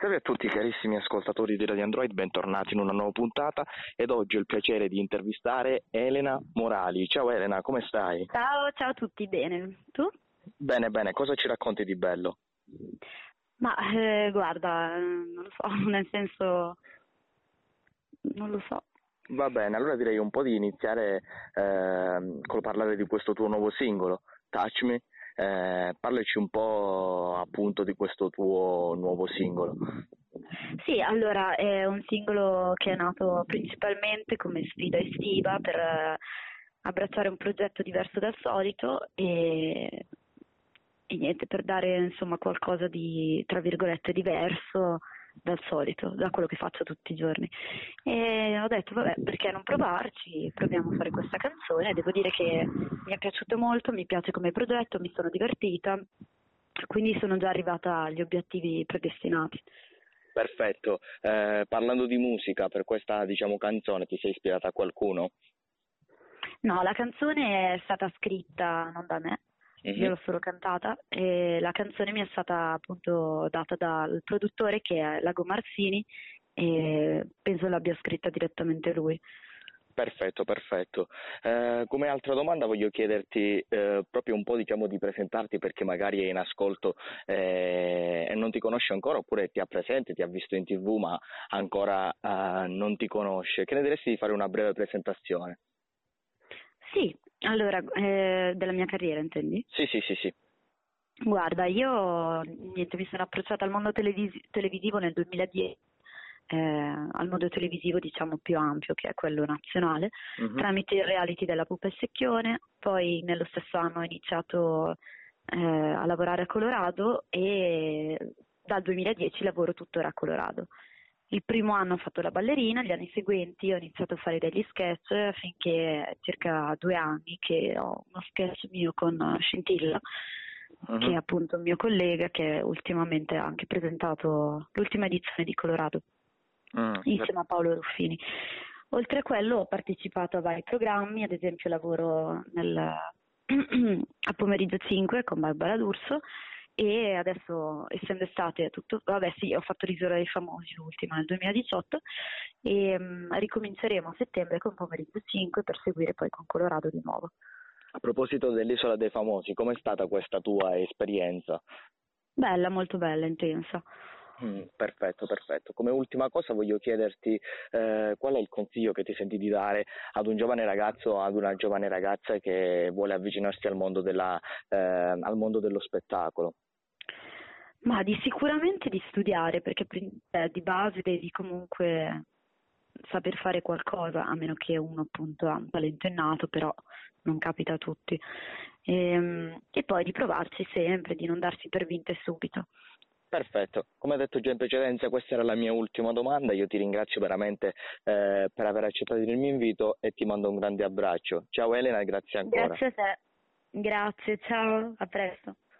Salve a tutti carissimi ascoltatori di Radio Android, bentornati in una nuova puntata ed oggi ho il piacere di intervistare Elena Morali. Ciao Elena, come stai? Ciao a tutti, bene. Tu? Bene, cosa ci racconti di bello? Ma guarda, non lo so, nel senso, non lo so. Va bene, allora direi un po' di iniziare col parlare di questo tuo nuovo singolo, Touch Me. Parlaci un po' appunto di questo tuo nuovo singolo. Sì, allora è un singolo che è nato principalmente come sfida estiva per abbracciare un progetto diverso dal solito e niente, per dare insomma qualcosa di, tra virgolette, diverso dal solito, da quello che faccio tutti i giorni. E ho detto, vabbè, perché non provarci? Proviamo a fare questa canzone. Devo dire che mi è piaciuto molto, mi piace come progetto, mi sono divertita, quindi sono già arrivata agli obiettivi predestinati. Perfetto, parlando di musica, per questa canzone ti sei ispirata a qualcuno? No, la canzone è stata scritta non da me, io l'ho solo cantata e la canzone mi è stata appunto data dal produttore che è Lago Marzini e penso l'abbia scritta direttamente lui. Perfetto. Come altra domanda voglio chiederti proprio un po' di presentarti perché magari è in ascolto e non ti conosce ancora oppure ti ha presente, ti ha visto in TV ma ancora non ti conosce. Che ne diresti di fare una breve presentazione? Sì, allora, della mia carriera intendi? Sì. Guarda, io niente, mi sono approcciata al mondo televisivo nel 2010, al mondo televisivo diciamo più ampio che è quello nazionale, tramite il reality della Pupa e Secchione, poi nello stesso anno ho iniziato a lavorare a Colorado e dal 2010 lavoro tuttora a Colorado. Il primo anno ho fatto la ballerina, gli anni seguenti ho iniziato a fare degli sketch finché circa 2 anni che ho uno sketch mio con Scintilla, che è appunto il mio collega che ultimamente ha anche presentato l'ultima edizione di Colorado insieme a Paolo Ruffini. Oltre a quello ho partecipato a vari programmi, ad esempio lavoro a Pomeriggio 5 con Barbara D'Urso e adesso essendo estate tutto, vabbè sì, ho fatto l'Isola dei Famosi l'ultima nel 2018 e ricominceremo a settembre con Pomeriggio 5 per seguire poi con Colorado di nuovo. A proposito dell'Isola dei Famosi, com'è stata questa tua esperienza? Bella, molto bella, intensa. Perfetto. Come ultima cosa voglio chiederti qual è il consiglio che ti senti di dare ad un giovane ragazzo o ad una giovane ragazza che vuole avvicinarsi al mondo al mondo dello spettacolo? Ma sicuramente di studiare, perché di base devi comunque saper fare qualcosa, a meno che uno appunto ha un talento innato, però non capita a tutti. E poi di provarci sempre, di non darsi per vinte subito. Perfetto, come detto già in precedenza questa era la mia ultima domanda, io ti ringrazio veramente per aver accettato il mio invito e ti mando un grande abbraccio. Ciao Elena e grazie ancora. Grazie a te, grazie, ciao, a presto.